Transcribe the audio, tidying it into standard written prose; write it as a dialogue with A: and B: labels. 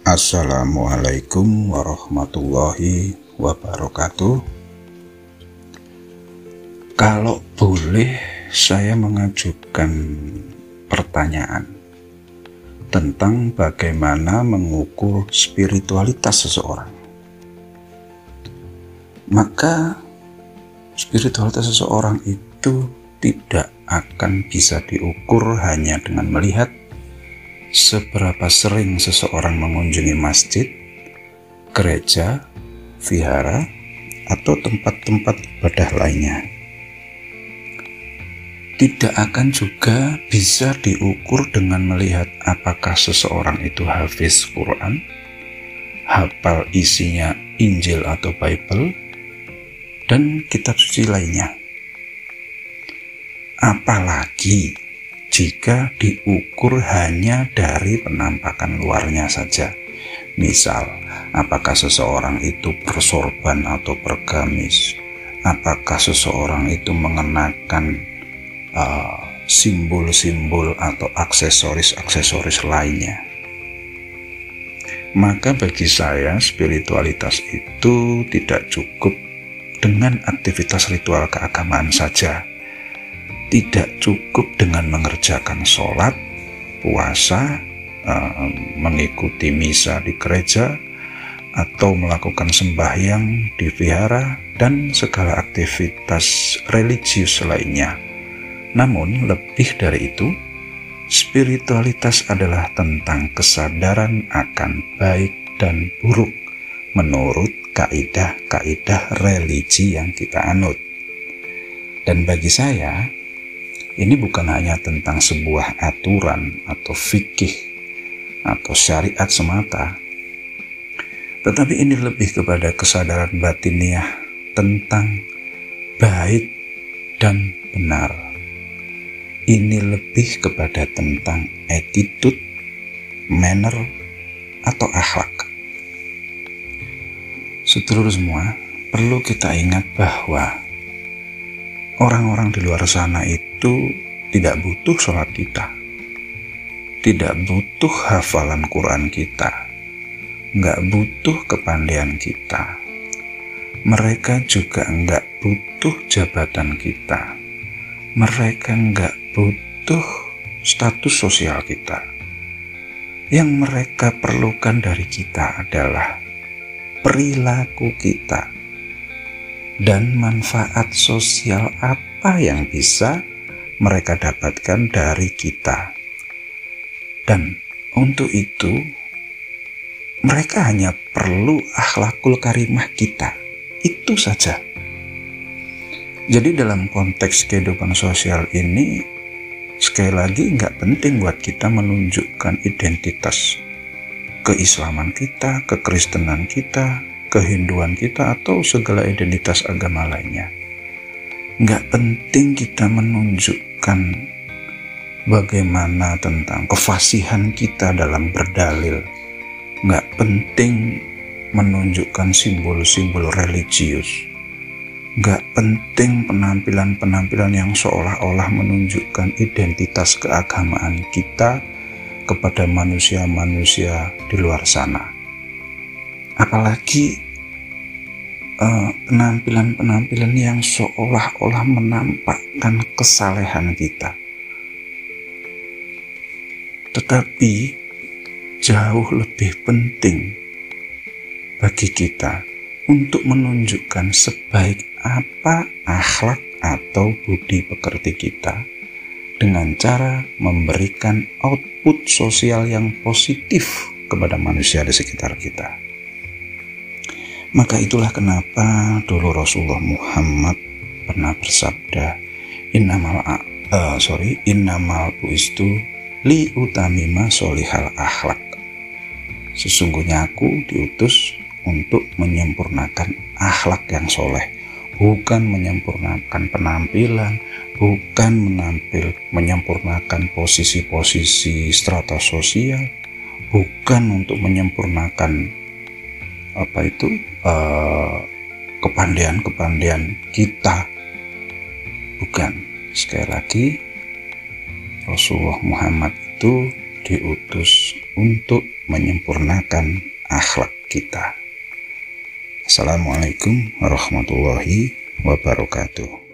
A: Assalamualaikum warahmatullahi wabarakatuh. Kalau boleh, saya mengajukan pertanyaan tentang bagaimana mengukur spiritualitas seseorang. Maka spiritualitas seseorang itu tidak akan bisa diukur hanya dengan melihat seberapa sering seseorang mengunjungi masjid, gereja, vihara, atau tempat-tempat ibadah lainnya. Tidak akan juga bisa diukur dengan melihat apakah seseorang itu hafiz Quran, hafal isinya Injil atau Bible, dan kitab suci lainnya. Apalagi jika diukur hanya dari penampakan luarnya saja. Misal, apakah seseorang itu bersorban atau bergamis, apakah seseorang itu mengenakan simbol-simbol atau aksesoris-aksesoris lainnya. Maka bagi saya, spiritualitas itu tidak cukup dengan aktivitas ritual keagamaan saja. Tidak cukup dengan mengerjakan sholat, puasa, mengikuti misa di gereja, atau melakukan sembahyang di vihara, dan segala aktivitas religius lainnya. Namun lebih dari itu, spiritualitas adalah tentang kesadaran akan baik dan buruk menurut kaidah-kaidah religi yang kita anut. Dan bagi saya, ini bukan hanya tentang sebuah aturan atau fikih atau syariat semata, tetapi ini lebih kepada kesadaran batiniah tentang baik dan benar. Ini lebih kepada tentang attitude, manner, atau akhlak. Sedulur semua, perlu kita ingat bahwa orang-orang di luar sana itu tidak butuh sholat kita, tidak butuh hafalan Quran kita, nggak butuh kepandaian kita. Mereka juga nggak butuh jabatan kita. Mereka nggak butuh status sosial kita. Yang mereka perlukan dari kita adalah perilaku kita dan manfaat sosial apa yang bisa mereka dapatkan dari kita. Dan untuk itu, mereka hanya perlu akhlakul karimah kita. Itu saja. Jadi dalam konteks kehidupan sosial ini, sekali lagi nggak penting buat kita menunjukkan identitas keislaman kita, kekristenan kita, kehinduan kita, atau segala identitas agama lainnya. Nggak penting kita menunjukkan bagaimana tentang kefasihan kita dalam berdalil. Nggak penting menunjukkan simbol-simbol religius. Nggak penting penampilan-penampilan yang seolah-olah menunjukkan identitas keagamaan kita kepada manusia-manusia di luar sana. Apalagi penampilan-penampilan yang seolah-olah menampakkan kesalehan kita. Tetapi jauh lebih penting bagi kita untuk menunjukkan sebaik apa akhlak atau budi pekerti kita dengan cara memberikan output sosial yang positif kepada manusia di sekitar kita. Maka itulah kenapa dulu Rasulullah Muhammad pernah bersabda, innamal buistu li utamima solihal akhlak. Sesungguhnya aku diutus untuk menyempurnakan akhlak yang soleh, bukan menyempurnakan penampilan, bukan menyempurnakan posisi-posisi strata sosial, bukan untuk menyempurnakan kepandaian kita, bukan. Sekali lagi, Rasulullah Muhammad itu diutus untuk menyempurnakan akhlak kita. Assalamualaikum warahmatullahi wabarakatuh.